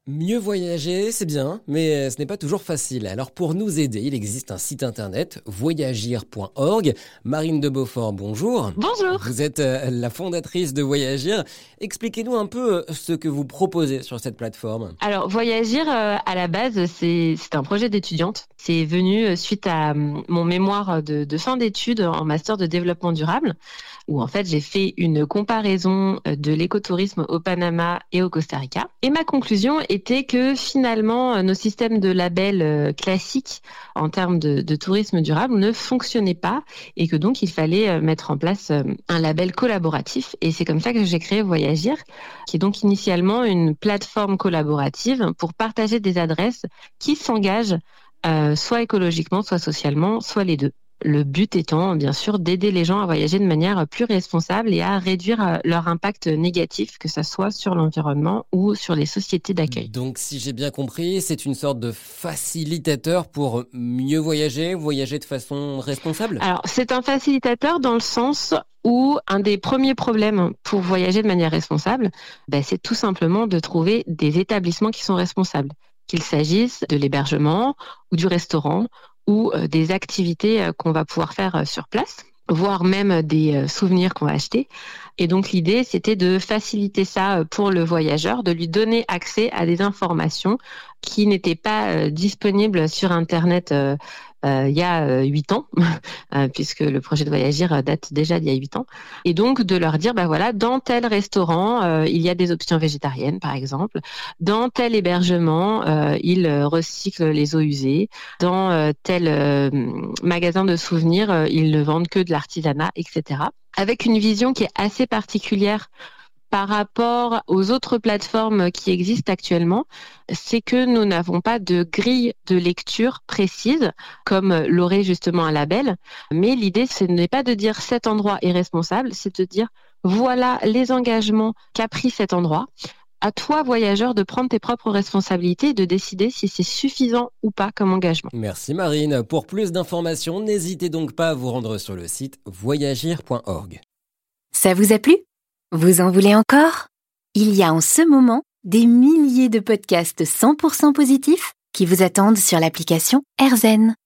Mieux voyager, c'est bien, mais ce n'est pas toujours facile. Alors pour nous aider, il existe un site internet, voyagir.org. Marine de Beaufort, bonjour. Bonjour. Vous êtes la fondatrice de Voyagir. Expliquez-nous un peu ce que vous proposez sur cette plateforme. Alors, Voyagir, à la base, c'est un projet d'étudiante. C'est venu suite à mon mémoire de fin d'études en master de développement durable, où en fait, j'ai fait une comparaison de l'écotourisme au Panama et au Costa Rica. Et ma conclusion était que finalement, nos systèmes de labels classiques en termes de tourisme durable ne fonctionnaient pas et que donc, il fallait mettre en place un label collaboratif. Et c'est comme ça que j'ai créé Voyagir, qui est donc initialement une plateforme collaborative pour partager des adresses qui s'engagent soit écologiquement, soit socialement, soit les deux. Le but étant, bien sûr, d'aider les gens à voyager de manière plus responsable et à réduire leur impact négatif, que ce soit sur l'environnement ou sur les sociétés d'accueil. Donc si j'ai bien compris, c'est une sorte de facilitateur pour mieux voyager, voyager de façon responsable ? Alors, c'est un facilitateur dans le sens où un des premiers problèmes pour voyager de manière responsable, c'est tout simplement de trouver des établissements qui sont responsables, qu'il s'agisse de l'hébergement ou du restaurant ou des activités qu'on va pouvoir faire sur place, voire même des souvenirs qu'on va acheter. Et donc l'idée, c'était de faciliter ça pour le voyageur, de lui donner accès à des informations qui n'étaient pas disponibles sur Internet il y a 8 ans, puisque le projet de Voyagir date déjà d'il y a 8 ans. Et donc de leur dire, voilà, dans tel restaurant, il y a des options végétariennes, par exemple. Dans tel hébergement, ils recyclent les eaux usées. Dans tel magasin de souvenirs, ils ne vendent que de l'artisanat, etc. Avec une vision qui est assez particulière par rapport aux autres plateformes qui existent actuellement, c'est que nous n'avons pas de grille de lecture précise, comme l'aurait justement un label. Mais l'idée, ce n'est pas de dire cet endroit est responsable, c'est de dire voilà les engagements qu'a pris cet endroit. À toi, voyageur, de prendre tes propres responsabilités et de décider si c'est suffisant ou pas comme engagement. Merci Marine. Pour plus d'informations, n'hésitez donc pas à vous rendre sur le site voyagir.org. Ça vous a plu ? Vous en voulez encore ? Il y a en ce moment des milliers de podcasts 100% positifs qui vous attendent sur l'application AirZen.